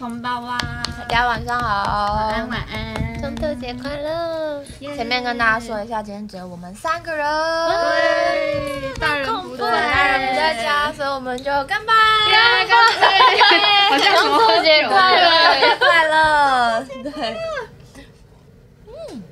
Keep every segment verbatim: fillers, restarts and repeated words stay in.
こんばんは， 大家晚上好， 晚安晚安， 中秋节快乐！前面跟大家说一下，今天只有我们三个人， 对，大人不在， 大人不在家，所以我们就干杯！ 干杯！好像中秋节快乐，节快乐！对，嗯，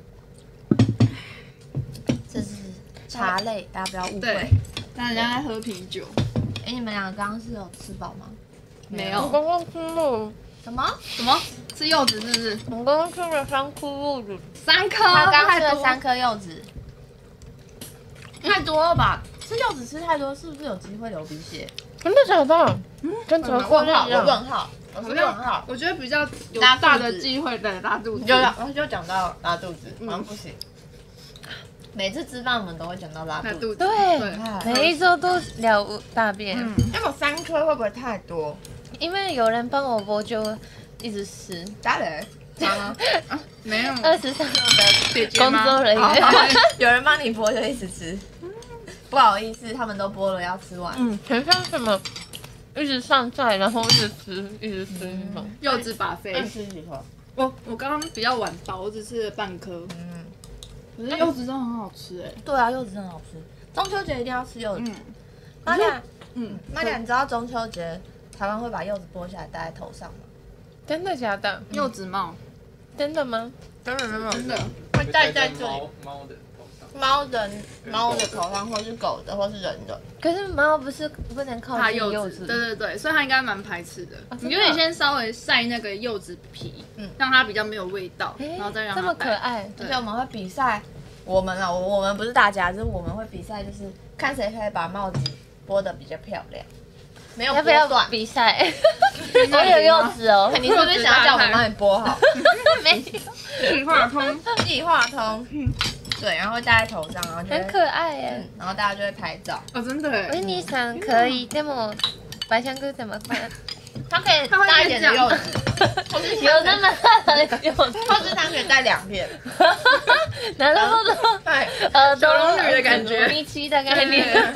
这是茶类，大家不要误对会。， 大家在喝啤酒， 哎，你们两个刚刚是有吃饱吗？ 没有我刚刚吃了， 什么？ 什么吃柚子是不是？ 我刚刚吃了三颗柚子， 三颗， 他刚吃太多了三颗柚子，太多了吧？吃柚子吃太多，是不是有机会流鼻血？ 真的假的？跟巧克力问号，我一样。 问号，我是好问像号。 我觉得比较有拉肚子大的机会对拉肚子， 就然后就讲到拉肚子， 嗯好像不行。每次吃饭我们都会讲到拉肚子。 拉肚子， 对对每一周都聊大便， 嗯， 那我三颗会不会太多？ 因为有人帮我剥，就一直吃。 打雷。啊没有二十三楼的工姐姐吗作人好员， 有人帮你剥就一直吃。不好意思，他们都剥了要吃完。 嗯，很像什么，一直上菜，然后一直吃，一直吃那种。 柚子把再飞。 吃几颗？ 我我刚刚比较晚到，我只吃了半颗， 嗯， 可是柚子真的很好吃哎。 对啊，柚子真的好吃。中秋节一定要吃柚子。 嗯玛利亚， 嗯， 玛利亚，你知道中秋节台湾会把柚子剥下来戴在头上吗？ 真的假的？ 柚子帽真的吗？ 真的真的真的， 会戴在这里。 猫猫的头上， 猫的猫的头上，或是狗的，或是人的。 可是猫不是不能靠怕柚子， 近柚子？ 对对对，所以它应该蛮排斥的。 啊真的你就得先稍微晒那个柚子皮， 嗯让它比较没有味道， 诶然后再让它这么戴可爱， 对而且我们会比赛，我们啊，我我们不是大家，就是我们会比赛，就是看谁可以把帽子剥得比较漂亮，没有要不要剥断。 比赛？我有柚子哦， 你是不是想要叫我们帮你剥好？ 没有， 气化通， 计划通，对，然后会戴在头上，然后就会很可爱耶嗯。，然后大家就会拍照。 哦，真的我哎， 你想可以，でも白香菇怎么办？ 它可以它会大一点的变这样柚子，或是有那么大的柚子？ 或是它可以带两片。 然后对， 耳朵小龙女的感觉米奇的概对念。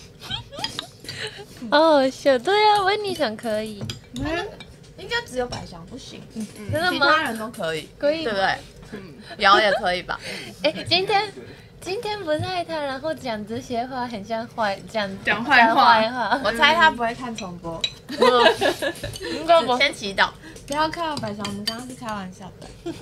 哦，小对啊，维尼想可以， 应该只有百祥不行， 真的吗？ 其他人都可以， 可以对不对？ 嗯， 瑶也可以吧？ 哎，今天今天不太他，然后讲这些话很像坏，讲讲坏话讲坏话。 我猜他不会看重播。 应该不先祈祷，不要看到百祥，我们刚刚是开玩笑的。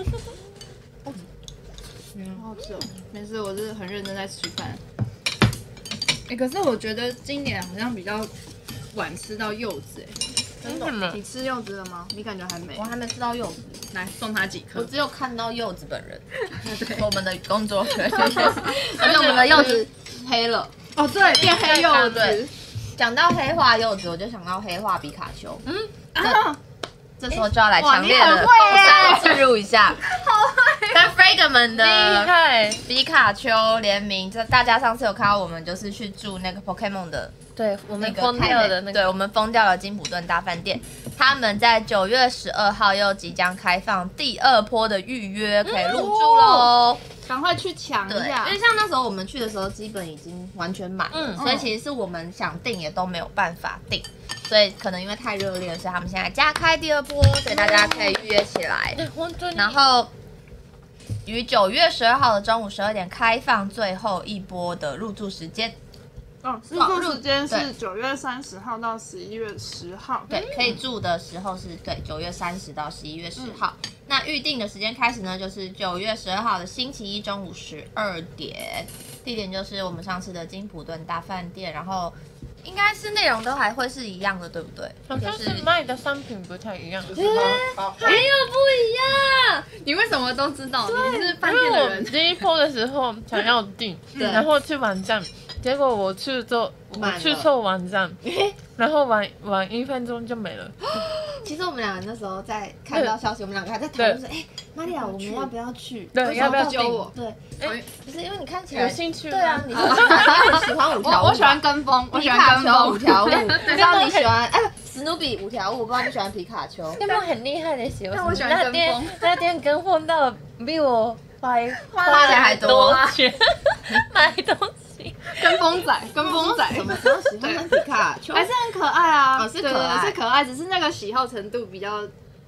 好好吃哦。没事，我是很认真在吃饭。哎，可是我觉得今年好像比较晚吃到柚子哎。 真的什么你？吃柚子了吗？你感觉还没我？还没吃到柚子， 来送他几颗。 我只有看到柚子本人。我们的工作人员， 而且我们的柚子黑了。 哦，对，变黑柚对子。 讲到黑化柚子，我就想到黑化皮卡丘。嗯， 啊， 这时候就要来哇强烈的你很会耶植入一下，跟 Frag 们厉的害！ 皮卡丘联名。这大家上次有看到我们就是去住那个 Pokemon 的。 对我那个们疯掉的那对， 个， 我们疯掉了金普顿大饭店，他们在九月十二号又即将开放第二波的预约，可以入住喽。 赶快去抢对， 一下因为。像那时候我们去的时候，基本已经完全满了， 嗯所以其实是我们想订也都没有办法订，所以可能因为太热烈了，所以他们现在加开第二波，所以大家可以预约起来。 本当に然后于九月十二号的中午十二点开放最后一波的入住时间。 哦，入住时间对是九月三十号到十一月十号。 对，可以住的时候是对九月三十到十一月十号。那预定的时间开始呢，就是九月十二号的星期一中午十二点，地点就是我们上次的金普顿大饭店，然后应该是内容都还会是一样的，对不对？ 好像是卖的商品不太一样。 就是它它没有不一样，你为什么都知道？你是饭因为我店的人。 第一波的时候想要订， 对然后去网站，结果我去做， 满了我去错网站，然后晚晚一分钟就没了。 其实我们两个那时候在看到消息，我们两个还在讨论说，哎，玛利亚，我们要不要去？ 对为什么要不要订揪我？对， 哎不是因为你看起来有兴趣吗？ 对啊，你是因为你喜欢五条悟吧， 我我喜欢跟风，我喜皮卡欢跟丘五风。 条悟，我知道你喜欢哎，史努比五条悟，我不知道你喜欢皮卡丘。 有没有很厉害的写？ 但我喜欢跟那天风那天跟风到比我花花的还多钱买东西。 跟风仔，跟风仔， 什么时候喜欢皮卡丘？ 还是很可爱啊， 哦是对可爱是可爱，只是那个喜好程度比较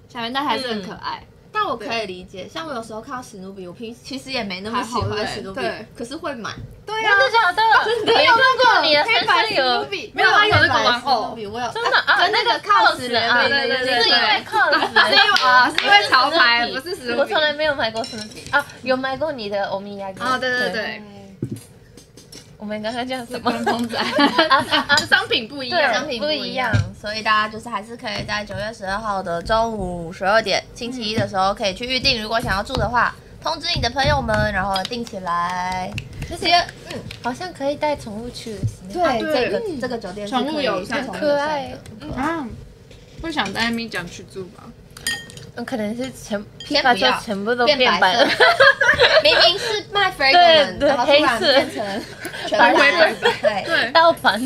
下面，但还是很可爱。 但我可以理解，像我有时候看到史努比，我平其实也没那么喜欢史努比，可是会买。 对真的假的？真的？有看过你的身上有？ 没有，它有那个玩偶， 我有真的啊，那个 cos 啊， 对对对对， 是因为 cos， 是因为啊，是因为潮牌，不是史努比。 我从来没有买过史努比啊，有买过你的欧米亚哥。 哦，对对对。 我们刚刚讲什么？ 公仔，商品不一样， 对商品不一样，所以大家就是还是可以在九月十二号的中午十二点，星期一的时候可以去预定。如果想要住的话，通知你的朋友们，然后订起来。这些嗯，好像可以带宠物去。 对，这个这个酒店宠物友善， 可爱。 啊，不想带咪酱去住吧？ 嗯，可能是全先不要， 全部都变白了。 明明是卖 fragrance，然后突然变成全白白，对对，倒反。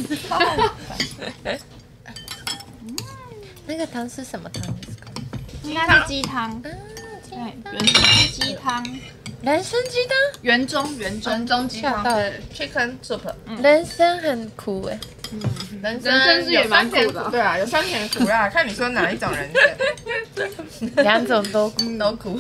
那个汤是什么汤？ 应该是鸡汤。对，原生鸡汤。 人参鸡汤？ 原中原中原中鸡汤。Chicken soup。 人参很苦哎。 嗯，人参也蛮苦的。对啊，有酸甜苦辣，看你说哪一种人参。 两种都苦都苦。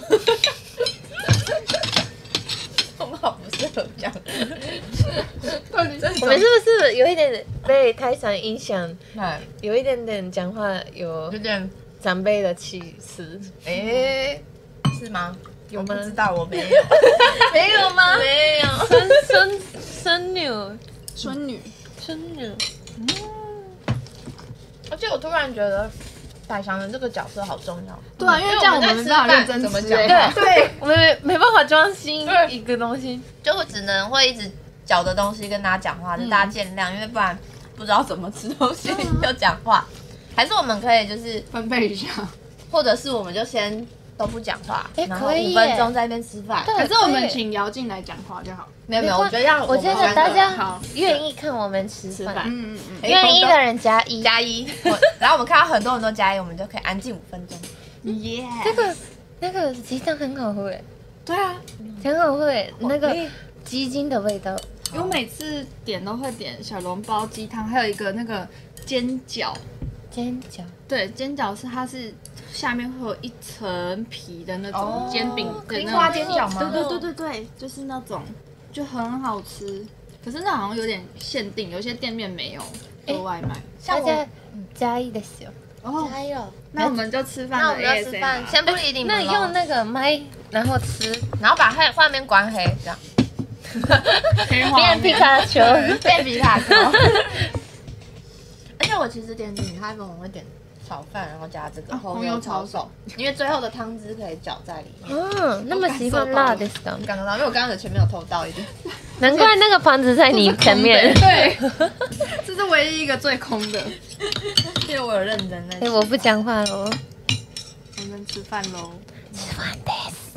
我们好不适合讲。 我们是不是有一点被台上影响？有一点点讲话有有点长辈的气势。 哎，是吗？ 有吗？ 不知道，我没有。没有吗？没有。 孙孙孙女， 孙女， 孙女。 嗯。而且我突然觉得。百祥的这个角色好重要， 对啊，因为这样我们没办法认真吃， 对对，我们没没办法装新一个东西， 就只能会一直嚼的东西跟大家讲话，就大家见谅，因为不然不知道怎么吃东西就讲话，还是我们可以就是分配一下， 或者是我们就先都不讲话，然后可以五分钟在那边吃饭， 可是我们请姚静来讲话就好， 没有没有，我觉得要我觉得大家愿意看我们吃饭， 嗯嗯嗯，愿意的人加一加一，然后我们看到很多人都加一，我们就可以安静五分钟。 耶， 这个那个鸡汤很好喝诶， 对啊， 很好喝诶，那个鸡精的味道。 我每次点都会点小笼包鸡汤，还有一个那个煎饺， 煎饺， 对，煎饺是它是下面会有一层皮的那种煎饼的那花煎饺吗？ 对对对对对，就是那种就很好吃。可是那好像有点限定，有些店面没有做外卖。 大家加一的小哦， 加油！ 那我们就吃饭， 那我们就吃饭，先不理你们。 那用那个麦，然后吃， 然后把画画面关黑，这样。 变皮卡丘， 变皮卡丘。而且我其实点鼎泰丰，我会点炒饭，然后加这个红油抄手，因为最后的汤汁可以搅在里面。 嗯，那么喜欢辣的是吗？ 感觉到，因为我刚刚的前面有偷到一点。 难怪那个盘子在你前面。 对，这是唯一一个最空的。 因为我有认真在。 哎，我不讲话喽。 我们吃饭喽。 吃饭的。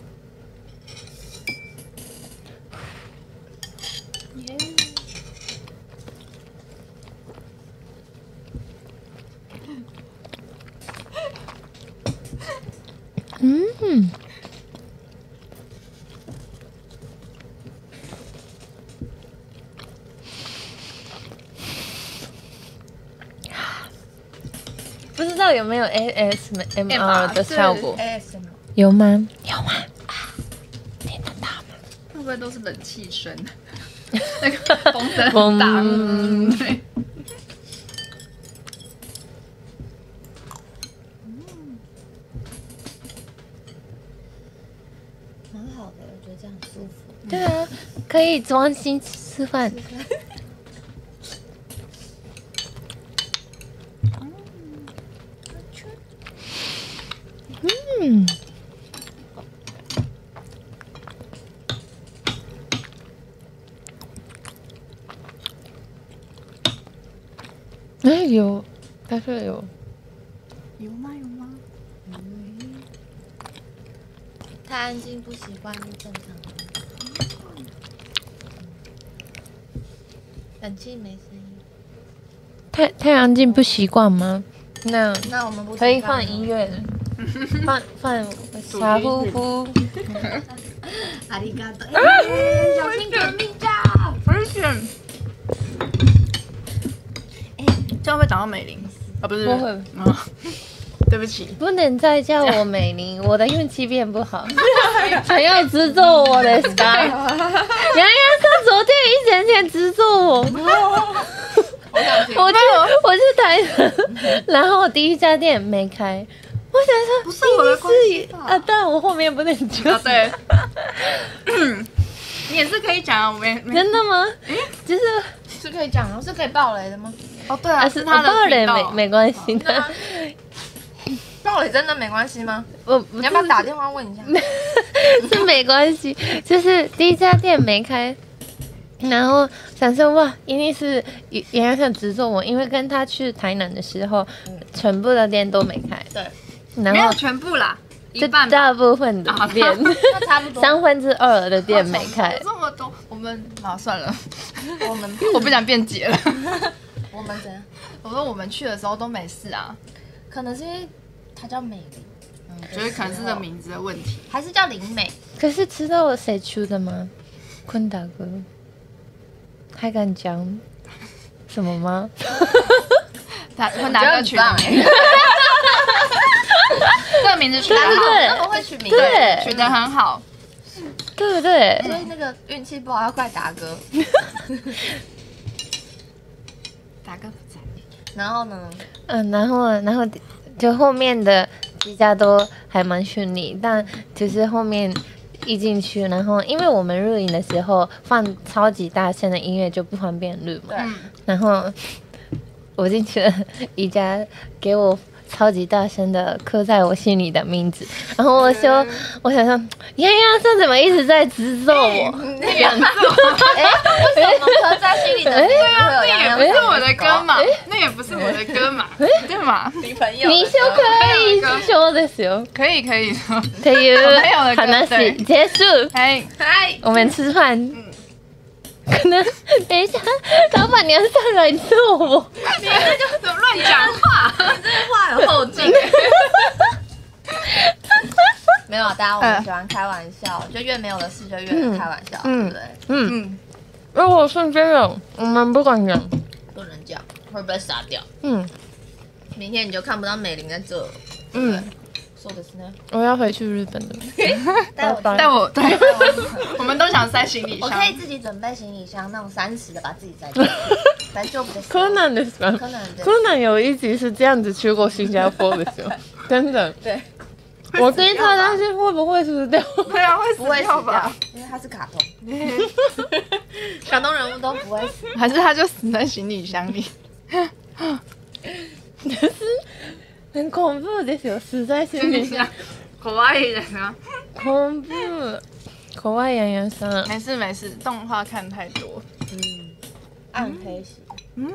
嗯。不知道有没有 A S M R 的效果？ A S M R 有吗？有吗？听得到吗？ 会不会都是冷气声？那个风声很大。嗯，对。 蛮好的，我觉得这样很舒服。 对啊，可以专心吃饭。嗯。哎有，但是有。 有吗？有吗？ 嗯。太安静不习惯是正常的。冷气没声音。 太太安静不习惯吗？那那我们不可以放音乐的。放放傻乎乎。 阿里嘎多。小心革命家， 危险！哎，这样会讲到美玲啊？不是， 不会。 嗯。 对不起， 不能再叫我美玲，我的运气变不好。想要诅咒我的 star， 洋洋上昨天一整天诅咒我。我去我去台南，然后第一家店没开，我想说不是我的关系吧啊，但我后面不能讲。 啊对，你也是可以讲啊，我没没真的吗？就是是可以讲的，是可以爆雷的吗？ 哦对啊， 啊是他的爆雷频道没没关系的。 爆雷真的没关系吗？ 我你要不要打电话问一下？ 是没关系，就是第一家店没开，然后想说哇，一定是杨洋想诅咒我，因为跟他去台南的时候，全部的店都没开， 对， 然后没有全部啦，一就半吧大部分的店， 那差不多。 三分之二的店没开。 这么多，我们啊算了， 我们我不想辩解了。 我们怎样？ 我说我们去的时候都没事啊， 可能是因为她叫美玲， 觉得可能是这名字的问题。 还是叫林美？ 可是知道我谁出的吗？坤大哥，还敢讲什么吗？ 他会哪个取的名？这个名字取得对不好， 对他们会取名， 对取得很好。 对不对？ 所以那个运气不好要怪达哥。 达哥不在， 然后呢？ 嗯，然后然后就后面的几家都还蛮顺利，但就是后面一进去，然后因为我们录影的时候放超级大声的音乐就不方便录嘛， 对， 嗯， 然后我进去了一家给我超级大声的刻在我心里的名字，然后我说我想说洋洋这怎么一直在诅咒我？ 那个，哎，为什么刻在心里的名字会有那洋洋也不是我的歌嘛，那也不是我的歌嘛，对嘛？ 女朋友你就可以说的时候， 可以可以， 可以朋友的歌話对结束， 哎， 嗨， 我们吃饭。可能等一下，老板娘上来揍我。 你那就怎么乱讲话？ 这话有后劲。没有啊，大家我们喜欢开玩笑，就越没有的事就越能开玩笑，对嗯不对？ 嗯， 嗯， 如果是这种，我们不管讲。 不能讲，会被杀掉。 嗯明天你就看不到美玲在这了。 嗯， 说的是呢， 我要回去日本了。 带我拜拜但我对，我们都想塞行李箱我可。以自己准备行李箱，那种三十的把自己塞进去，来就比较柯南的时候， 柯南的柯南有一集是这样子去过新加坡的时候，真的。 对， 我跟他担心会不会死掉。 对啊，会死不会死掉掉吧？， 因为它是卡通，卡通人物都不会死。 还是他就死在行李箱里？ 很恐怖的时候，死在心里。 箱，可愛い人啊！ 恐怖。怖い洋洋さん。 没事没事，动画看太多。 暗黑系， 嗯，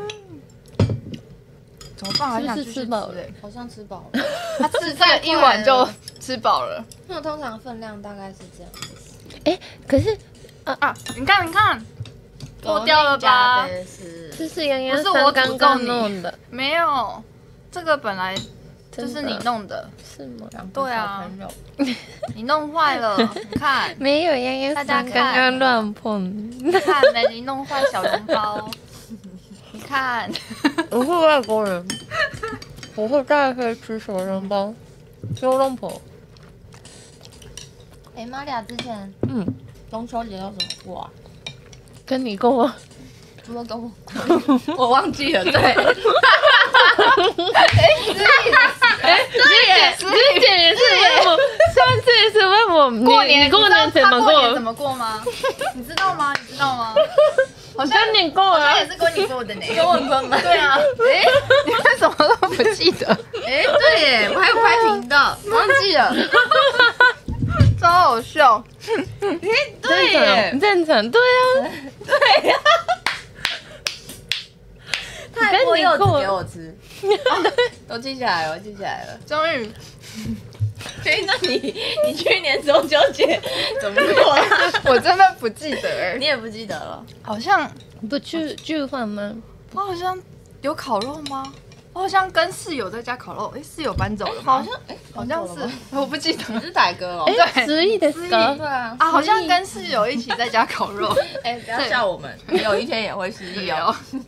怎么办？还想继续是不是吃饱了欸好像吃饱了。 他吃这个一碗就吃饱了那通常分量大概是这样。 哎，可是啊！你看你看，破掉了吧？ 是这是洋洋不是我さん刚刚诅咒你弄的， 没有，这个本来就真的是你弄的， 是吗？ 对啊，你弄坏了。你看， 没有，洋洋大家看さん刚刚乱碰。 你看，美玲弄坏小笼包。你看， 我是外国人，我会大概可以吃小笼包、小笼包。 哎，玛利亚之前嗯， 中秋节要怎么过啊？ 跟你过吗？ 除了跟我，我忘记了。对， 哎，对耶，之前也是问我，上次也是问我，你过年你过年怎么你知道他过年怎过？ 么过吗？你知道吗？你知道吗？好像跟你过啊好像也？是跟你过的呢。 跟我分吗？ 对啊，哎，你为什么都不记得？ 哎，对耶，我还有拍频道， 忘记了，超好笑。 正常，正常，对啊， 对呀，他还剥柚子跟你过给我吃，都记下来了，我记下来了。 终于， 哎，那你你去年中秋节怎么过啊？ 我真的不记得哎你，也不记得了？ 好像不去聚饭吗？ 我好像有烤肉吗？我好像跟室友在家烤肉，哎，室友搬走了吗？ 好像哎， 好像是搬走了吗， 我不记得你是歹哥哦。 哎，十亿的十亿歌对啊， 啊，好像跟室友一起在家烤肉。 哎，不要笑我们，有一天也会失忆哦。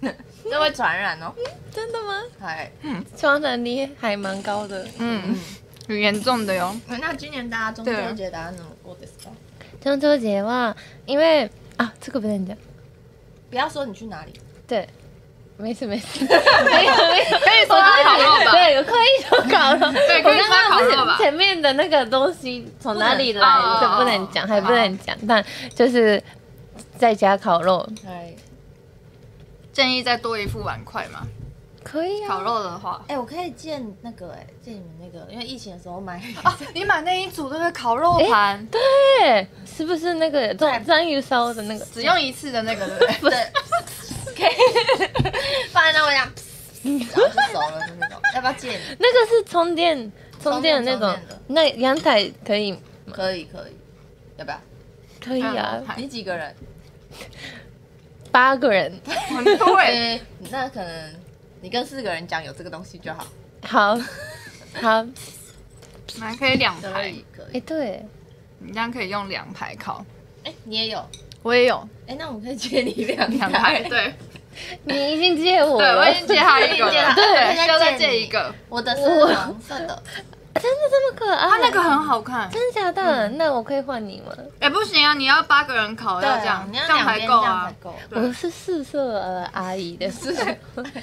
这会传染哦。 真的吗？ 嗨， 传染力还蛮高的。 嗯，很严重的哟。 那今年大家中秋节打算怎么过的？ 中秋节哇，因为啊，这个不能讲。 不要说你去哪里， 对，没事没事，没有没有， 可以说烤肉吧？ 对，可以说烤肉。 对，可以说烤肉吧？ 前面的那个东西从哪里来不能就不能讲，还不能讲，但就是在家烤肉哎建议再多一副碗筷嘛。 可以啊。 烤肉的话， 哎，我可以借那个哎，借你们那个，因为疫情的时候买啊，你买那一组那个烤肉盘， 对，是不是那个章章鱼烧的那个？ 只用一次的那个，对不对？ 对，可以放在那我讲，然后就熟了的那种，要不要借你？ 那个是充电充电的那种充电的， 那阳台可以可以可以，要不要？ 可以啊， 你几个人？ 八个人， 很多哎。 哎，那可能你跟四个人讲有这个东西就好。 好，好， 还可以两可排， 以可哎， 以。 对， 你这样可以用两排烤。 哎，你也有？ 我也有哎，那我可以借你两两台排，。对你已经借我对，我了已，经借他一个了， 借他对对，需要再再借你借一个。 我的是黄色的， 真的这么可爱？ 它那个很好看， 真的假的？那我可以换你吗？ 哎，不行啊，你要八个人烤， 对啊要这样，， 你要这样两边才够啊这样才。够。 对我是四色呃阿姨的四色，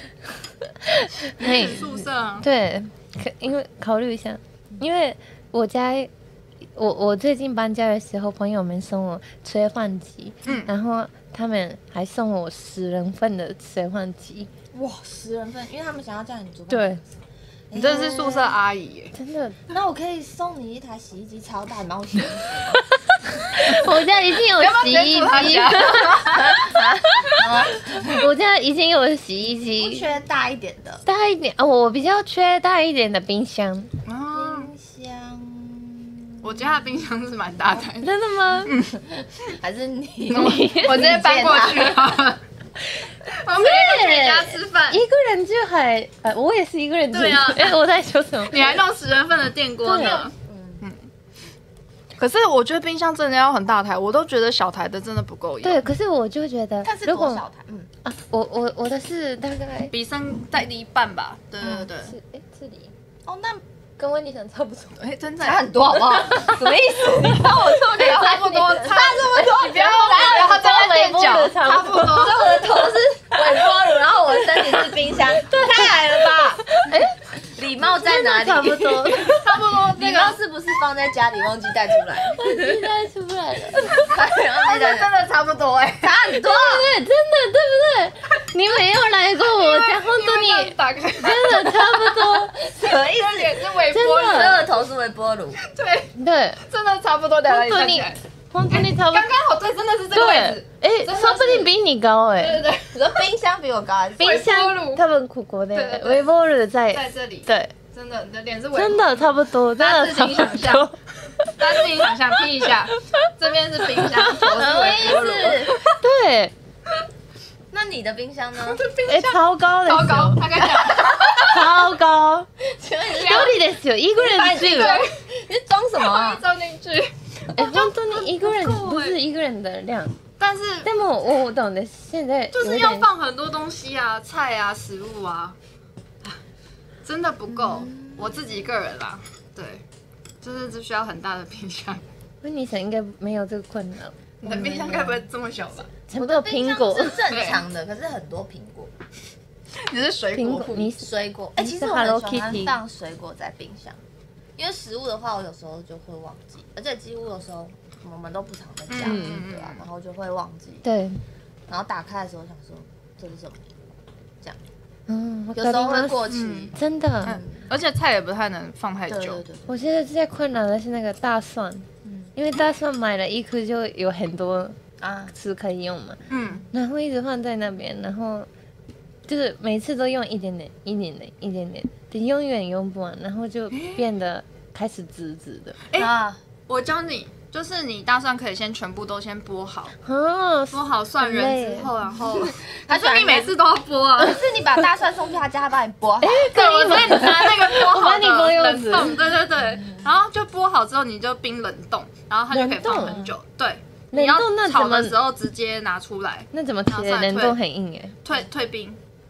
嘿， 宿舍啊， 对，可因为考虑一下，因为我家我我最近搬家的时候，朋友们送我吹饭机， 嗯然后他们还送我十人份的吹饭机， 哇，十人份，因为他们想要叫你煮饭。 对， 你真的是宿舍阿姨耶。 真的， 那我可以送你一台洗衣机超大，你帮我洗衣服。 我家已经有洗衣机，我家已经有洗衣不机， 缺大一点的大一点啊，我比较缺大一点的冰箱， 啊， 冰箱， 我家的冰箱是蛮大台的， 真的吗？ 还是你？ 我直接搬过去了。我每天都去你家吃饭一，个人就还，呃，我也是一个人住， 对啊哎，我在说什么？ 你还弄十人份的电锅呢。 嗯， 可是我觉得冰箱真的要很大台，我都觉得小台的真的不够用。 对，可是我就觉得看是， 如果多小台？嗯， 啊，我我我的是大概比身带的一半吧。对对对。 是哎这里哦，那跟温迪城差不多， 哎，真的差很多好不好？什么意思？你看我这么对，差不多，差这么多，你不要不要，他在那垫脚，差不多。 所以我的头是微波炉，然后我的身体是冰箱，太矮了吧？哎，礼貌在哪里？ 差不多， 差不多礼貌是不是放在家里忘记带出来？ 现在出不来了， 忘记带真的差不多哎， 差很多。 对，真的对不对？你没有来过我家，本当に打开， 真的差不多， 什么意思？ 脸是微波真的所有的头是微波炉， 对， 对， 真的差不多。等下你本当に站起来， 本当に差不多， 刚刚好，对，真的是这个位置。 对，哎，说不定比你高哎， 对对对， 你说冰箱比我高还是？ 冰微波箱炉多分ここ对对で对微波炉在在这里， 对， 真的，你的脸是微波真的差不多，真的差不大家自己想象多。 大家自己想象，拼一下，这边是冰箱，头是什么意微波炉， 思？ 对， 那你的冰箱呢？ 哎，超高的， 超高，他刚讲， 超高， 请问你是一人ですよ，一个人住。 你是装什么啊？ 装进去。 哎，本当に一个人很酷哎不是一个人的量， 但是でも我懂的，现在就是要放很多东西啊，菜啊，食物啊，啊真的不够。我自己一个人啦，对，就是只需要很大的冰箱。 温妮城应该没有这个困扰， 你的冰箱该不会这么小吧？ 全部有苹果， 是正常的，可是很多苹果。 你是水果库， 苹果你水果，哎、 你是其实我 Hello 很喜欢 Kitty 放水果在冰箱，因为食物的话，我有时候就会忘记，而且几乎有时候我们都不常在家， 嗯对啊，然后就会忘记， 对， 然后打开的时候想说这是什么， 嗯， 有时候会过期， 嗯真的嗯，而且菜也不太能放太久对对。对， 我现在最困扰的是那个大蒜， 嗯因为大蒜买了一颗就有很多啊， 次可以用嘛， 嗯， 然后一直放在那边，然后就是每次都用一点点、一点点、一点点，你永远用不完，然后就变得开始紫紫的。 哎啊， 我教你，就是你大蒜可以先全部都先剥好， 哦， 剥好蒜仁之后，然后他可是你每次都要剥啊。 可是你把大蒜送去他家，他帮你剥好， 对，我所以你拿那个剥好我帮你剥的柚子冷冻，对对对，然后就剥好之后你就冰冷冻，然后它就可以放很久。对，你冷要冻那怎么炒的时候直接拿出来， 那怎么切？ 然后再退冷冻很硬哎。 退退冰，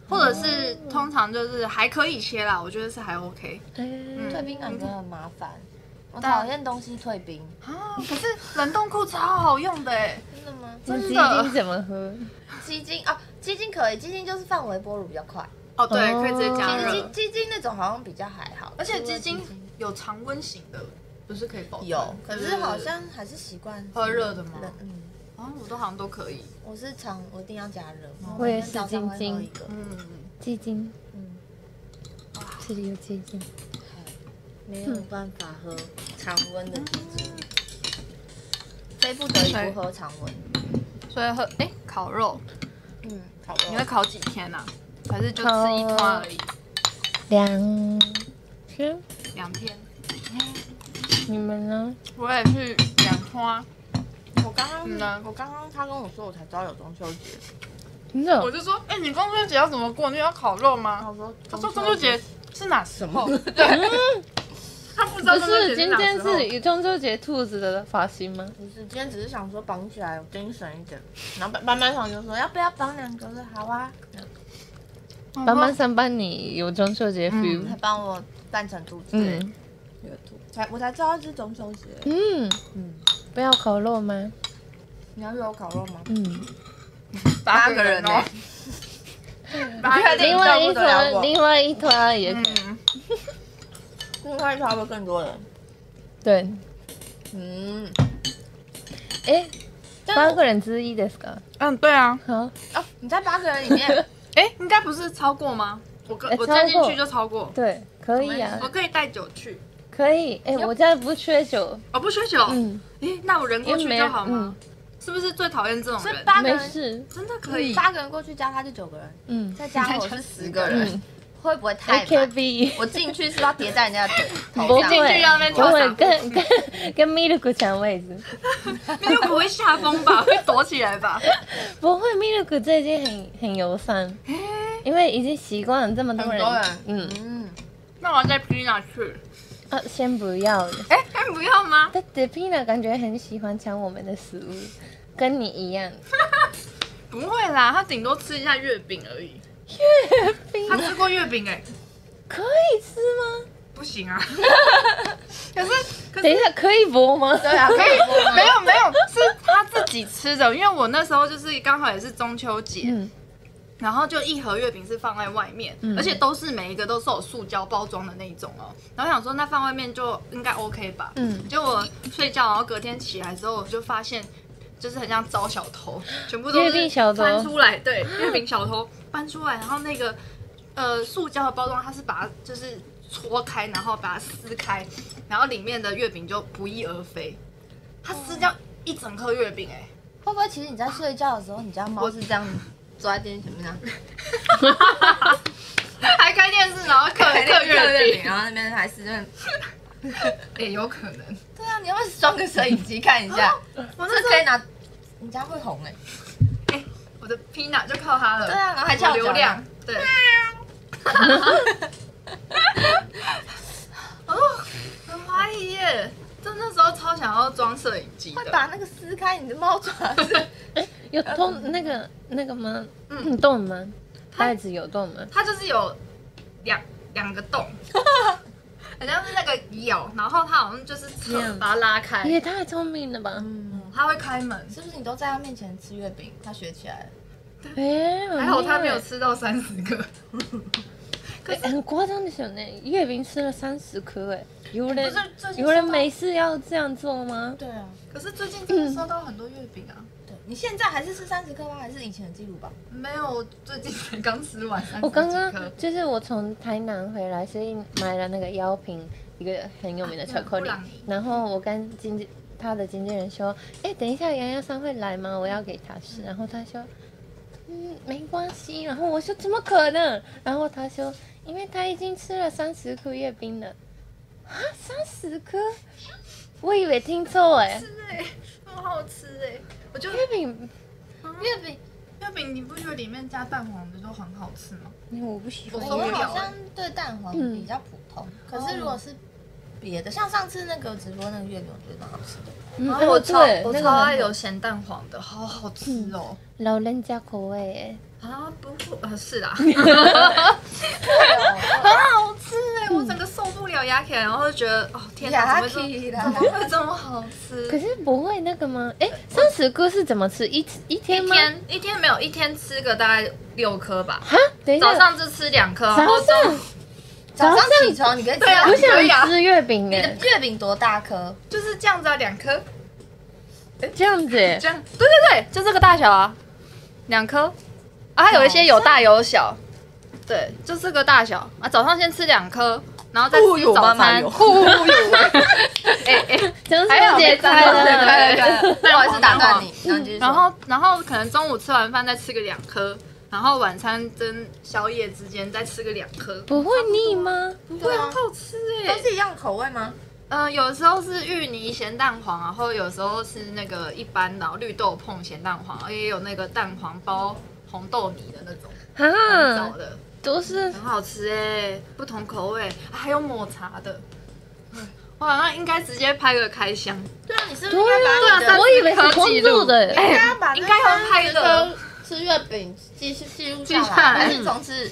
或者是通常就是还可以切啦，我觉得是还 OK 嗯退冰感觉很麻烦，我但讨厌东西退冰。 啊。可是冷冻库超好用的哎， 真的吗？ 那鸡真的精怎么喝？ 鸡精啊，鸡精可以，鸡精就是放微波炉比较快。 哦对， 哦可以直接加其实热， 鸡鸡精那种好像比较还好， 而且鸡精有常温型的，不是可以保存有，可是好对像还是习惯喝热的吗冷嗯， 哦，我都好像都可以。 我是常我一定要加热。 我也是早上会喝鸡精一个。 嗯， 鸡精， 嗯， 这里有鸡精。 没有办法喝常温的鸡精，非不得已不喝常温。 所以喝哎烤肉， 嗯，好你会烤几天呐？还是就吃一团而已？ 两天， 两天？ 你们呢？ 我也是两团。 我刚刚嗯呢我刚刚他跟我说，我才知道有中秋节。 真的哦？ 我就说，哎、你中秋节要怎么过？你要烤肉吗？ 他说他说中秋节是哪时候？ 么对，他不知道不中秋节是，今哪时候。 天是中秋节兔子的发型吗？ 不是，今天只是想说绑起来有精神一点。然后班班长就说要不要绑两个？我说好啊， 班班上班你有中秋节 feel？ 还帮我扮成兔子。 嗯有兔，才我才知道是中秋节。 嗯， 嗯， 不要烤肉吗？ 你要约我烤肉吗？ 嗯， 八个人哦，八个另人。 外一照顾得了我团，另外一团也可以。 嗯， 另外一团会不会更多人？ 对， 嗯， 哎， 但我八个人之一ですか？ 嗯，对啊。 好， 哦，你在八个人里面， 哎、应该不是超过吗？我跟哎我加进超过去就超过。 对，可以啊我，可以带酒去。 可以。哎，我家不缺酒。 哦，不缺酒。 嗯， 诶，那我人过去就好吗？ 嗯是不是最讨厌这种所以人？ 没八个人， 事。 真的可以。 八个人过去加他就九个人， 嗯再加我是十个人， 嗯会不会太 ，A K 满？ B。 我进去是要叠在人家的腿头上， 不会， 进去要那边不会跳伞跟跟跟米露谷抢位置， 因为不会下风吧？会躲起来吧？ 不会，米露谷最近很很友善，因为已经习惯了这么多人。 很多人， 嗯， 嗯， 那我要带 Pina 去。 啊，先不要。 哎、不要吗？ 但 Pina 感觉很喜欢抢我们的食物，跟你一样。 不会啦，他顶多吃一下月饼而已。 月饼他吃过月饼哎、 可以吃吗？ 不行啊。可是可是等一下，可以播吗？ 对啊，可以播吗没有没有，是他自己吃的，因为我那时候就是刚好也是中秋节， 嗯， 然后就一盒月饼是放在外面， 嗯而且都是每一个都是有塑胶包装的那一种哦。然后想说那放外面就应该 OK 吧， 嗯结果睡觉，然后隔天起来之后，我就发现就是很像招小偷，全部都月是饼小偷翻出来，对，月饼小偷搬出来，然后那个呃塑胶的包装，它是把它就是戳开，然后把它撕开，然后里面的月饼就不翼而飞，它撕掉一整颗月饼哎、 会不会其实你在睡觉的时候，你家猫是这样坐在电视前面这样， 还开电视，然后嗑嗑月饼， 然后那边还是那， 也、有可能。 对啊，你要不要装个摄影机看一下？ 我那时这可以拿，你家会红哎， 候，哎、我的 Pina 就靠它了， 对啊，然后还我翘脚流量，对。哦，很怀疑耶，就那时候超想要装摄影机的。 会把那个撕开，你的猫爪是有洞那个那个吗？ 嗯嗯，洞吗？袋子有洞吗？ 它就是有两两个洞，好像是那个咬，然后它好像就是侧这样把它拉开， 也太聪明了吧！ 嗯， 它会开门。 是不是你都在他面前吃月饼，他学起来了？ 哎， 还好它没有很厉吃到三十个， 害，哎很夸张的小呢，月饼吃了三十颗，哎，有人不是最近有人收到没事要这样做吗？ 对啊， 可是最近真的收到很多月饼啊。 对，你现在还是吃三十颗吗？还是以前的记录吧？ 没有，我最近才刚吃完三十我刚刚几颗就是我从台南回来，所以买了那个腰平，一个很有名的巧克力布朗尼。 然后我跟经纪他的经纪人说：“哎，等一下洋洋桑会来吗？我要给他吃。”然后他说：“嗯，没关系。”然后我说：“怎么可能？”然后他说：“因为他已经吃了三十颗月饼了。”啊，三十颗？我以为听错哎。 是哎，很好吃哎，我就月饼， 月饼月饼，你不觉得里面加蛋黄的都很好吃吗？ 我不喜欢我我月饼。 好像对蛋黄比较普通，可是如果是别的，像上次那个直播那个月饼，我觉得蛮好吃的。 嗯， 我超对， 我那个很好超爱有咸蛋黄的，好好吃哦。 老人家口味哎。 啊，不不，呃，是啦，很好吃哎，我整个受不了牙起来，然后就觉得哦天哪，怎么会怎么会这么好吃？ 可是不会那个吗？哎，生食菇是怎么吃？一一天吗？ 一天一天没有，一天吃个大概六颗吧。 哈，等一下， 早上就吃两颗，然后早上早上起床你可以吃对啊我两颗， 想吃月饼你的哎， 月饼多大颗？ 就是这样子啊，两颗， 这样子哎， 这样，对对对，就这个大小啊，两颗。啊，还有一些有大有小，对，就这个大小啊。早上先吃两颗，然后再吃早餐。呼呼有，哎哎， 中还有秋节快乐！ 开了开了，不好意思打断你，然后继续说然后然后可能中午吃完饭再吃个两颗，然后晚餐跟宵夜之间再吃个两颗， 不会腻吗？ 对，很好吃哎。 都是一样口味吗？ 嗯、呃，有时候是芋泥咸蛋黄，然后有时候是那个一般的绿豆碰咸蛋黄，也有那个蛋黄包红豆泥的那种红哈枣，的。 都是很好吃哎，不同口味，啊还有抹茶的。我好像应该直接拍个开箱， 对啊，你是不是对应该把啊你的， 我以为是空注的应哎， 该把应该要拍的吃月饼记记录记下下来， 来还是从此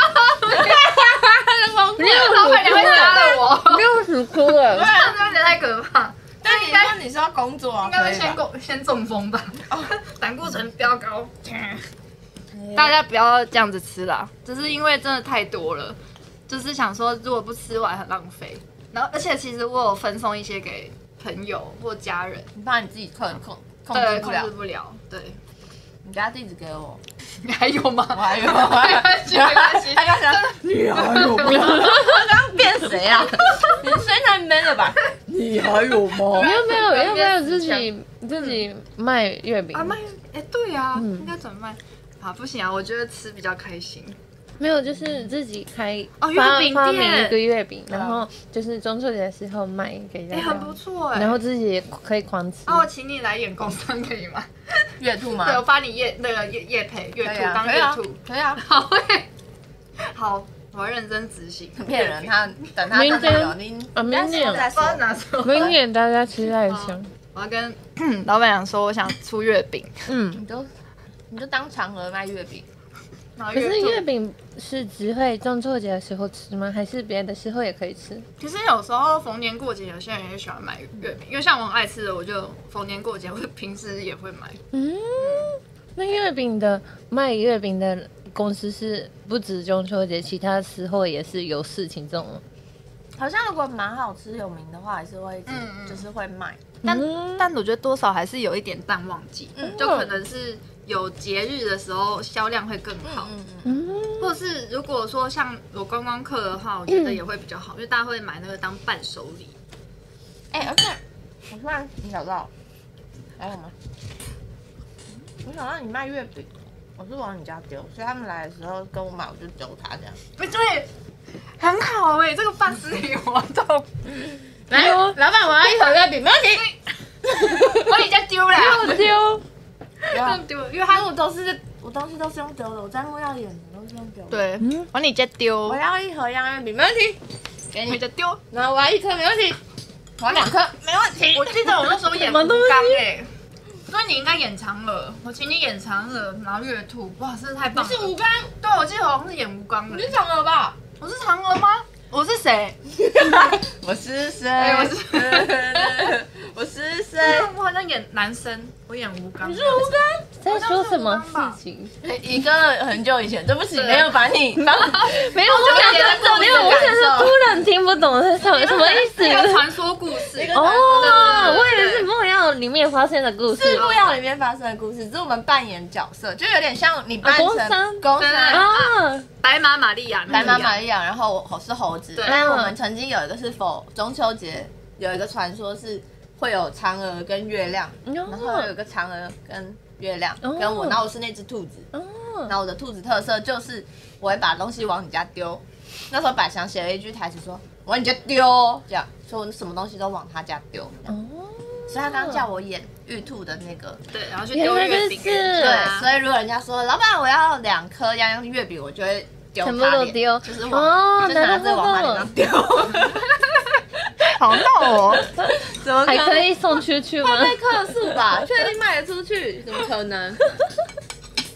老板娘会杀了我， 六十颗这哎， 样有点太可怕。 但你说你是要工作啊， 应该会先可以吧中先中风吧，胆固醇飙高。大家不要这样子吃啦，只是因为真的太多了，就是想说如果不吃完很浪费。然后而且其实我有分送一些给朋友或家人， 你怕你自己控控控对， 制不了控制，不了，对。 你家地址给我， 你还有吗？ 我还有， 没关系，没关系。 他刚想你还有吗？他刚变谁啊？你声音太 man 了吧？你还有吗？ 你有没有要不要自己自己卖月饼啊？卖，哎，对啊， 嗯应该怎么卖？啊，不行啊，我觉得吃比较开心。 没有，就是自己开哦发月饼发明店一个月饼，然后就是中秋节的时候卖给大哎， 家， 很不错哎。 然后自己也可以狂吃。 啊，我请你来演工商可以吗？ 月兔吗？ 对，我发你夜那个夜夜配月兔可以啊，可以啊当月兔，， 可以啊。 好会，好，我要认真执行。 骗人，他等他真的有你， 啊，明年再不知道说。 拿出来明年大家期待一下。 我要跟老板娘说，我想出月饼， 嗯， 你就你就当嫦娥卖月饼， 然后可是兔月饼是只会中秋节的时候吃吗？还是别的时候也可以吃？ 其实有时候逢年过节，有些人也喜欢买月饼，因为像我很爱吃的，我就逢年过节或者平时也会买。 嗯，那月饼的卖月饼的公司是不止中秋节，其他时候也是有事情这种。 好像如果蛮好吃有名的话，还是会一直嗯嗯就是会卖。 但、 嗯但我觉得多少还是有一点淡旺季， 嗯就可能是有节日的时候销量会更好， 嗯嗯嗯， 或是如果说像我观光客的话，我觉得也会比较好，因为大家会买那个当伴手礼。 哎、而且我突然你想到，还有吗？我想到你卖月饼，我是往你家丢，所以他们来的时候跟我买，我就丢他这样。 哎，对，很好哎、这个伴手礼活动， 来，老板，我要一盒月饼，没问题。 我已经丢了， 丢。 不用丢，因为他它我都是我东西都是用丢的，我在路要演的都是用丢的。， 对， 嗯往你家丢我，要一盒洋月饼，没问题。给你， 你家丢。 然后我要一颗，没问题。我要两颗，没问题。 我记得我那时候演吴什么东西刚哎，所以你应该演嫦娥，我请你演嫦娥，然后月兔，哇，真的太棒了。 你是吴刚， 对，我记得我好像是演吴刚的你是。嫦娥吧？ 我是嫦娥吗？我是谁？ 我是谁？ 哎我是我是谁？ 我好像演男生，我演吴刚。 你是吴刚？ 在说什么事情？ 一个很久以前，对不起，没有把你，没有， 没有，我想说，没有，我想说，突然听不懂是什么什么意思。 一个传说故事。 哦， 对对对我以为是梦瑶里面发生的故事。 是《路遥》里面发生的故事，只是我们扮演角色，就有点像你扮啊成宫商对对宫商。 啊， 白马玛利亚， 白马玛利亚，然后我是猴子。 对但我们曾经有一个是否中秋节有一个传说是会有嫦娥跟月亮， 哦然后有一个嫦娥跟月亮哦跟我，然后我是那只兔子。 哦， 然后我的兔子特色就是我会把东西往你家丢。那时候百祥写了一句台词说：“我往你家丢。”这样，所以我什么东西都往他家丢。这样哦， 所以他刚刚叫我演玉兔的那个。 对，然后去丢月饼给人原对家。 来， 所以如果人家说老板我要两颗泱泱月饼，我就会丢他全部都脸丢就是哦往，就拿なるほ着往他脸上ど， 丢。 好闹哦！ 怎么还可以送出去吗？ 会被客诉吧？确定卖得出去？怎么可能？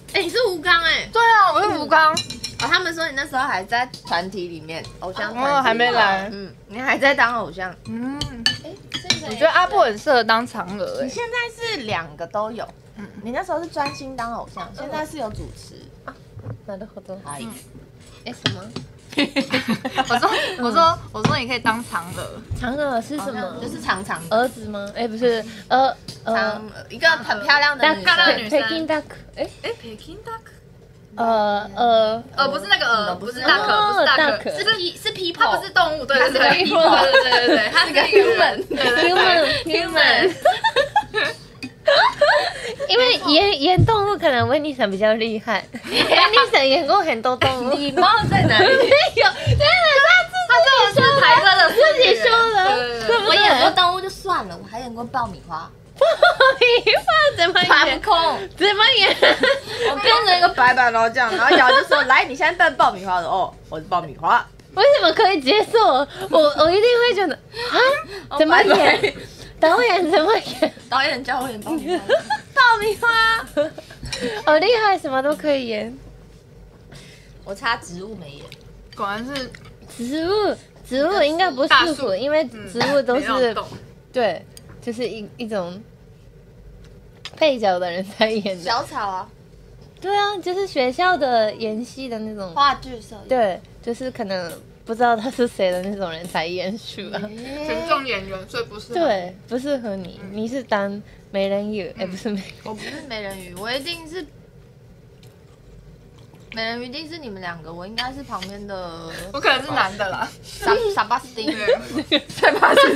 哎、你是吴刚哎、 对啊，我是吴刚， 哦，他们说你那时候还在团体里面，偶像团体、 哦还没来嗯，你还在当偶像。 嗯， 哎、现在我觉得阿布很适合当嫦娥哎。 你现在是两个都有，嗯，你那时候是专心当偶像，现在是有主持。 なるほど。 哎、 哎，什么？ 我说我说我说你可以当嫦娥， 嫦娥是什么？ 就是长长的儿子吗？哎，不是，呃呃长，一个很漂亮的女漂亮的生。 女生 Peking duck，哎， 哎，Peking duck， 呃呃， 呃，不是那个鹅，不是哦大可，不是大可， duck 是 P 是 people， 它不是动物，对对对， 它是个对对对对，它是个 human，对对 human 对 human。因为演演动物可能温妮婶比较厉害，温妮婶演过很多动物。 礼貌在哪里？ 有，真的， 它这个是台哥的自己说的， 对对对我演过动物就算了，我还演过爆米花， 米花怎么爬不演？ 空。 怎么演？ 我跟着一个白板，然后这样，然后瑶就说：“来，你现在扮爆米花的哦，我是爆米花。 为什么可以接受？我我一定会觉得啊，怎么拜拜演？导演怎么演？” 导演教我演爆米花，爆米花。 好厉害，什么都可以演。 我差植物没演， 果然是植物，植物应该不大树适合，因为植物都没让是动对，就是一一种配角的人才演的。 小草啊， 对啊，就是学校的演戏的那种， 话剧社。 对，就是可能不知道他是谁的那种人才演出啊。 群众演员，所以不是对，不适合你，你是当美人鱼，哎，不是美， 我不是美人鱼，我一定是美人鱼，一定是你们两个，我应该是旁边的我可能是男的啦， 傻傻巴斯汀。 在巴士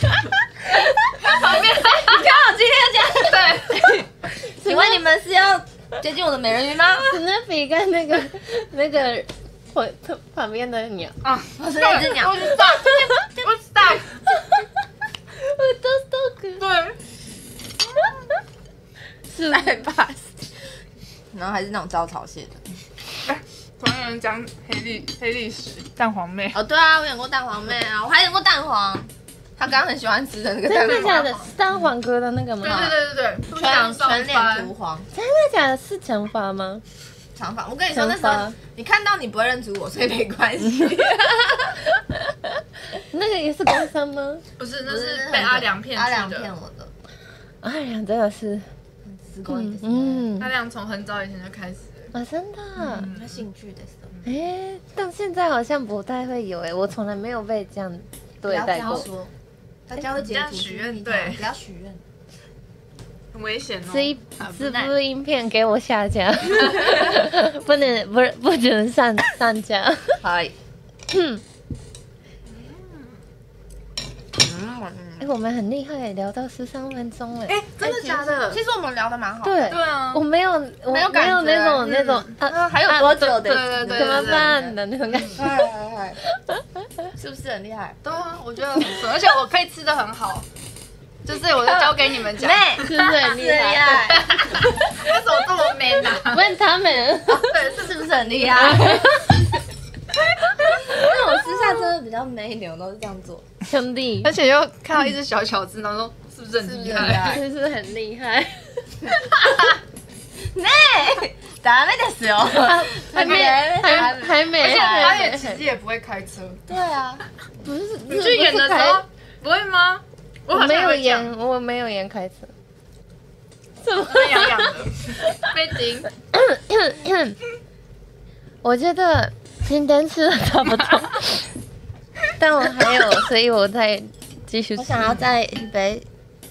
旁边，你看我今天这样，对， 请问你们是要接近我的美人鱼吗？ 史努比跟那个那个旁旁边的鸟， 啊， 我是那只鸟我。知道，我知道， 我都都可以。 对， 是在巴斯，然后还是那种招潮蟹的。 突然有人讲黑历黑历史，蛋黄妹， 哦，对啊，我演过蛋黄妹啊，我还演过蛋黄。他刚刚很喜欢吃的那个蛋黄， 真的假的？是蛋黄哥的那个吗？ 对对对对对， 全全脸涂黄， 真的假的？是惩罚吗？ 长发。我跟你说，那时候惩罚你看到你不会认出我，所以没关系。 那个也是工伤吗？ 不是，那是被阿良骗阿良去的。 骗我的， 哎呀，真的是， 时光一个嗯， 阿良从很早以前就开始了， 啊，真的啊， 他兴趣的时候。 哎，但现在好像不太会有哎，我从来没有被这样不要这对待过。 样说，大家会截图这样许愿注意他对不要许愿。 很危险哦。 这一这部影片给我下架，不能不不准上上架。 嗨。 嗯， 嗯， 哎，我们很厉害，聊到十三分钟哎。 哎，真的假的？ 其实我们聊的蛮好的。 对对啊我没有，我没有感觉那种那种啊， 还有多久的？ 对对对怎么办的那种感觉。 嗨嗨嗨，是不是很厉害？ 对啊，我觉得很准，而且我可以吃的很好，就是我就交给你们讲。 妹， 是不是很厉害？ 害？ 为什么这么 man 啊？ 问他们， 对，是是不是很厉害？因为我私下真的比较没牛，都是这样做。 兄弟而，且又看到一只小小只，然后说是不是很厉害？ 是不是很厉害？ 妹，ダメですよ。 还没，还还没， 而且他还没也其实也不会开车， 对啊， 不是， 你去演的时候不会吗？我好我没有像会讲演，我没有演开车。什么？ 那痒痒的，被叮。 我觉得今天吃的差不多，但我还有，所以我再继续吃。 我想要再一杯。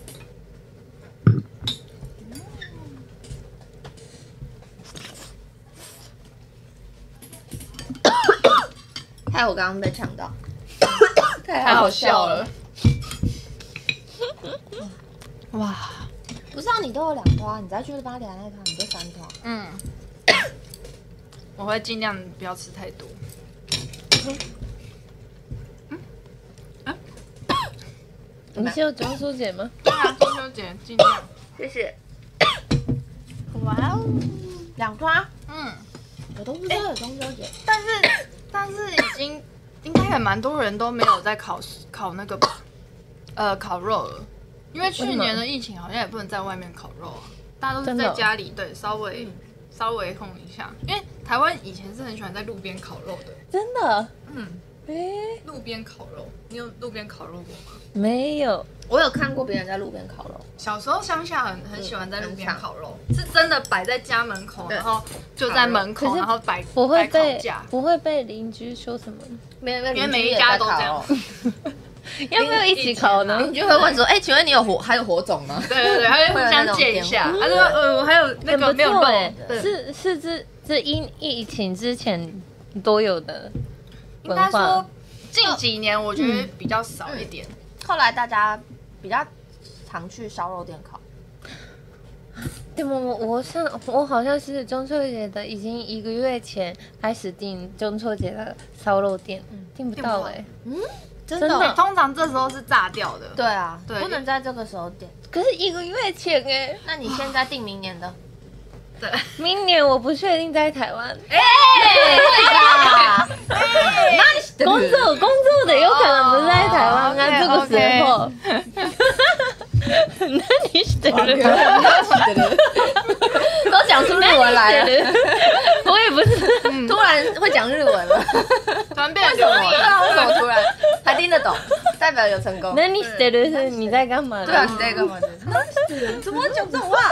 害我刚刚被呛到，太太好笑了。哇， 不是啊，你都有两团，你再去巴黎那一团，你就三团。 嗯，我会尽量不要吃太多。 你是有中秋节吗？ 对啊，中秋节尽量。 谢谢。哇哦，两团， 嗯， 我都不知道有中秋节。 但是但是已经应该也蛮多人都没有在烤烤那个呃烤肉了，因为去年的疫情好像也不能在外面烤肉啊，大家都是在家里对稍微稍微烘一下，因为台湾以前是很喜欢在路边烤肉的。 真的？ 嗯， 哎， 路边烤肉，你有路边烤肉过吗？ 没有。 我有看过别人在路边烤肉， 小时候乡下很很喜欢在路边烤肉，是真的摆在家门口，然后就在门口， 可是然后摆不会被摆烤架。 不会被邻居说什么？ 没有，因因为每一家都这样。 要不要一起烤呢？ 你就会问说，哎，请问你有火还有火种吗？ 对对对，他会互相借一下。他说，呃，我还有那很不个没有肉错哎， 对是是这这因疫情之前都有的应该文化说。近几年我觉得比较少一点。 后来大家比较常去烧肉店烤。 对我我我上我好像是中秋节的，已经一个月前开始订中秋节的烧肉店，订不到哎、 真真的欸通常这时候是炸掉的。 对啊， 对不能在这个时候点。 可是一个月前哎、 那你现在订明年的？ 对， 明年我不确定在台湾， 啊， 工作工作的有可能不在台湾啊， 哦这个时候。那你是的人， 都讲出日文来了， 我也不是。 突然会讲日文了， 突然变为什么？ 得流利对啊，为什么突然还听得懂？代表有成功。 那你是的人是你在干嘛？ 对啊，你在干嘛？怎么会讲这种话？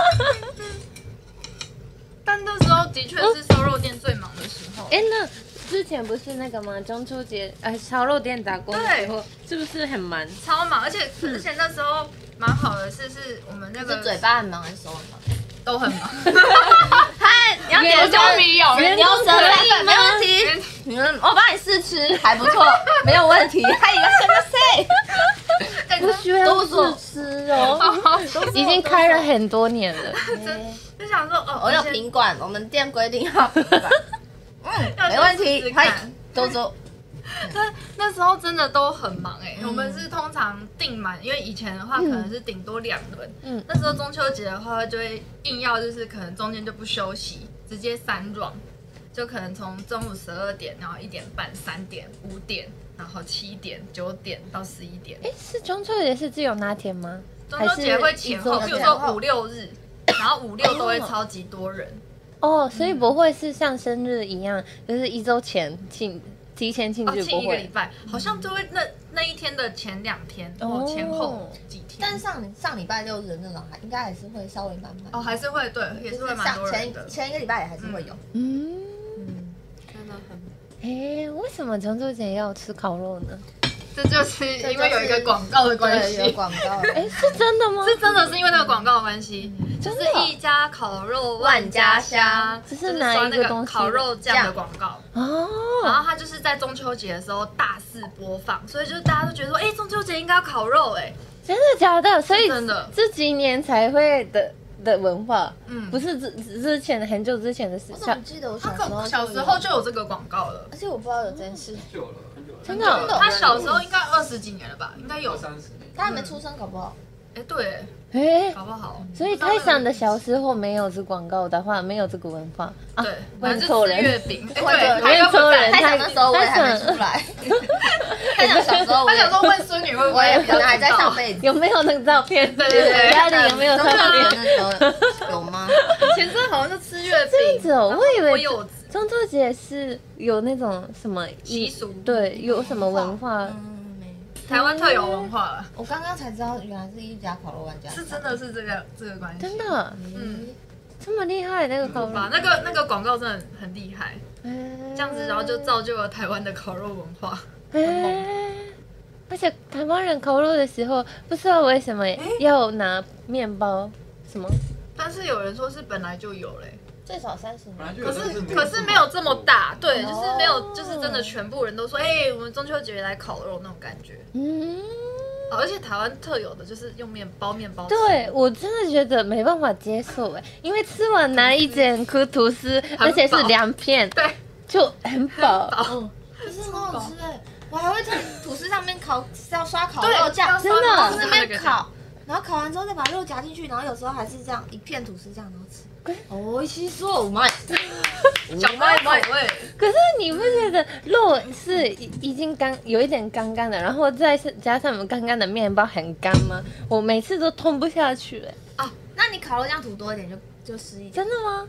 但那时候的确是烧肉店最忙的时候。 哎、那之前不是那个吗？中秋节，呃，烧肉店打工的时候，是不是很忙？ 超忙，而且而且那时候蛮好的是，是我们那个是嘴巴很忙还是手很忙？ 都很忙。 嗨，你要点我就没有， 牛舌可以，没问题。嗯，我帮你试吃，还不错，没有问题。还有一个什么 say？ 不需要试吃哦，已经开了很多年了。 就想说哦， 我有以前品管，我们店规定要品管。嗯， 要没问去试试题。嗨看， 多多。 那那时候真的都很忙哎、 嗯我们是通常订满，因为以前的话可能是顶多两轮， 嗯那时候中秋节的话就会硬要就是可能中间就不休息，直接三 round，就可能从中午十二点，然后一点半、三点、五点，然后七点、九点到十一点。 哎，是中秋节是只有那天吗？ 中秋节会前后， 还是一周比如说五六日，然后五六都会超级多人。 哦，所以不会是像生日一样，就是一周前庆提前庆哦， 祝， 庆不会。 一个礼拜，好像就会那那一天的前两天， 哦或前后几天。 但是上上礼拜六日的那种，还应该还是会稍微满满。 哦，还是会对，也是会蛮多人的前。前一个礼拜也还是会有。 嗯， 嗯， 真的很， 哎，为什么中秋节要吃烤肉呢？ 这就是因为有一个广告的关对，有系。 广告。 哎，是真的吗？ 是真的是因为那个广告的关系，就是真的一家烤肉万家香， 这是哪一个东西就是刷那烤肉酱的广告。然哦， 后它就是在中秋节的时候大肆播放，所以就是大家都觉得说，哎，中秋节应该要烤肉，哎， 真的假的？所以真的这几年才会的的文化， 嗯不是之之前很久之前的事我怎么情。 记得我小他时候小时候就有这个广告了。 而且我不知道有这件事， 久了，很久了， 真的哦他小时候应该二十几年了吧，应该有二。三十年。 他还没出生，搞不好。 哎，对， 哎， 搞不好。 所以开场的小时候没有这广告的话，没有这个文化啊。 对， 问反正就错人吃月饼。哎问错人对，他又不在开问错人他场的时候我也还没出来。开场小时候我也他想说问孙女会不我也会可能还在上辈子。 有没有那个照片？ 对对对家里有没有照中秋节片？ 那时候有吗？ 以前真的好像就吃月饼， 这样子哦，我以为然后剥柚子中秋节是有那种什么习俗对，有什么文化？ 嗯，没。 台湾特有文化了， 我刚刚才知道，原来是一家烤肉玩家。 是真的是这个这个关系。 真的嗯， 这么厉害那个烤肉吧？？那个那个广告真的很厉害， 这这样子然后就造就了台湾的烤肉文化。 哎，而且台湾人烤肉的时候，不知道为什么要拿面包什么？ 但是有人说是本来就有嘞， 最少三十年。 本来就有， 可是但是可是没有这么大，对， 哦就是没有，就是真的全部人都说，哎，我们中秋节来烤肉那种感觉。 嗯， 哦而且台湾特有的就是用面包面包吃。 对我真的觉得没办法接受哎，因为吃完拿一整颗吐司，而且是两片， 对， 就很饱。 饱可是很好吃哎，我还会在吐司上面烤，是要刷烤对肉酱， 真的然后那边烤，然后烤完之后再把肉夹进去，然后有时候还是这样一片吐司这样然后吃。哦，其实我买， 小麦口味。 可是你不觉得肉是已已经干有一点干干的，然后再是加上我们刚刚的面包很干吗？我每次都吞不下去哎。 哦，那你烤肉酱涂多一点就就湿一点。 真的吗？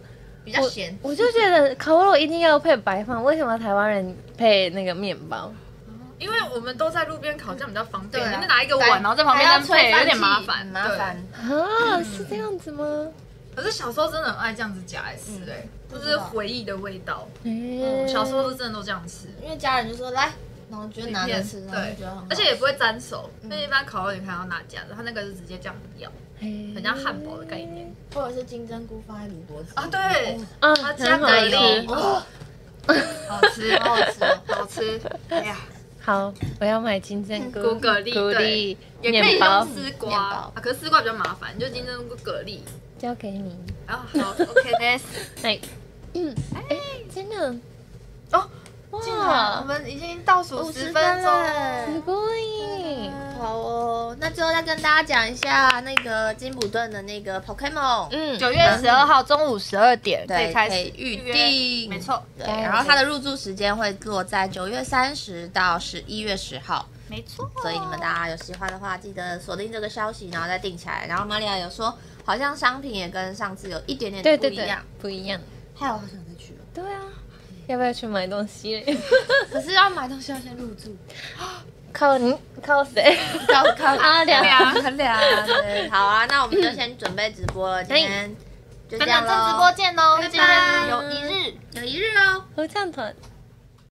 比较咸。 我就觉得烤肉一定要配白饭，为什么台湾人配那个面包？ 因为我们都在路边烤，这样比较方便。 对啊你就拿一个碗，然后在旁边还要这样配，有吹饭器点麻烦， 很麻烦。 啊，是这样子吗？ 对。可是小时候真的很爱这样子夹来吃，哎，就是回忆的味道。 嗯小时候是真的都这样吃， 因为家人就说来，然后就拿着吃，然后就对觉得很好， 而且也不会沾手。因为一般烤肉你看要拿夹子，它那个是直接这样咬，很像汉堡的概念。 或者是金针菇放在卤锅子啊，对， 啊， 它加很好蛤蜊， 吃。 哦，好吃，好好吃，好吃。哎呀。 好，我要买金针菇、 菇蛤蜊蛤对蜊、 也可以面包用，丝瓜面包啊，可是丝瓜比较麻烦，就金针菇、蛤蜊。 交给你。 啊，好，OK です。 哎，嗯，哎，真的， 哦，竟然我哇， 们已经倒数五十十分钟了すごい。 好哦，那最后再跟大家讲一下那个金普顿的那个 Pokemon， 嗯， 九月十二号中午十二点可对以开可以始预约定没错， 对， 加油然后它的入住时间会落在九月三十到十一月十号， 没错。 所以你们大家有喜欢的话，记得锁定这个消息，然后再订起来。然后玛利亚有说，好像商品也跟上次有一点点对对对不一样，， 不一样。 害我好想再去哦。 对啊，要不要去买东西？ 可是要买东西要先入住， 靠你，靠谁？ 靠靠阿良很凉。对，好啊，那我们就先准备直播了，今天就这等样喽。 等正直播见喽， 拜拜今天有一日。 有一日哦。 合唱团。 拜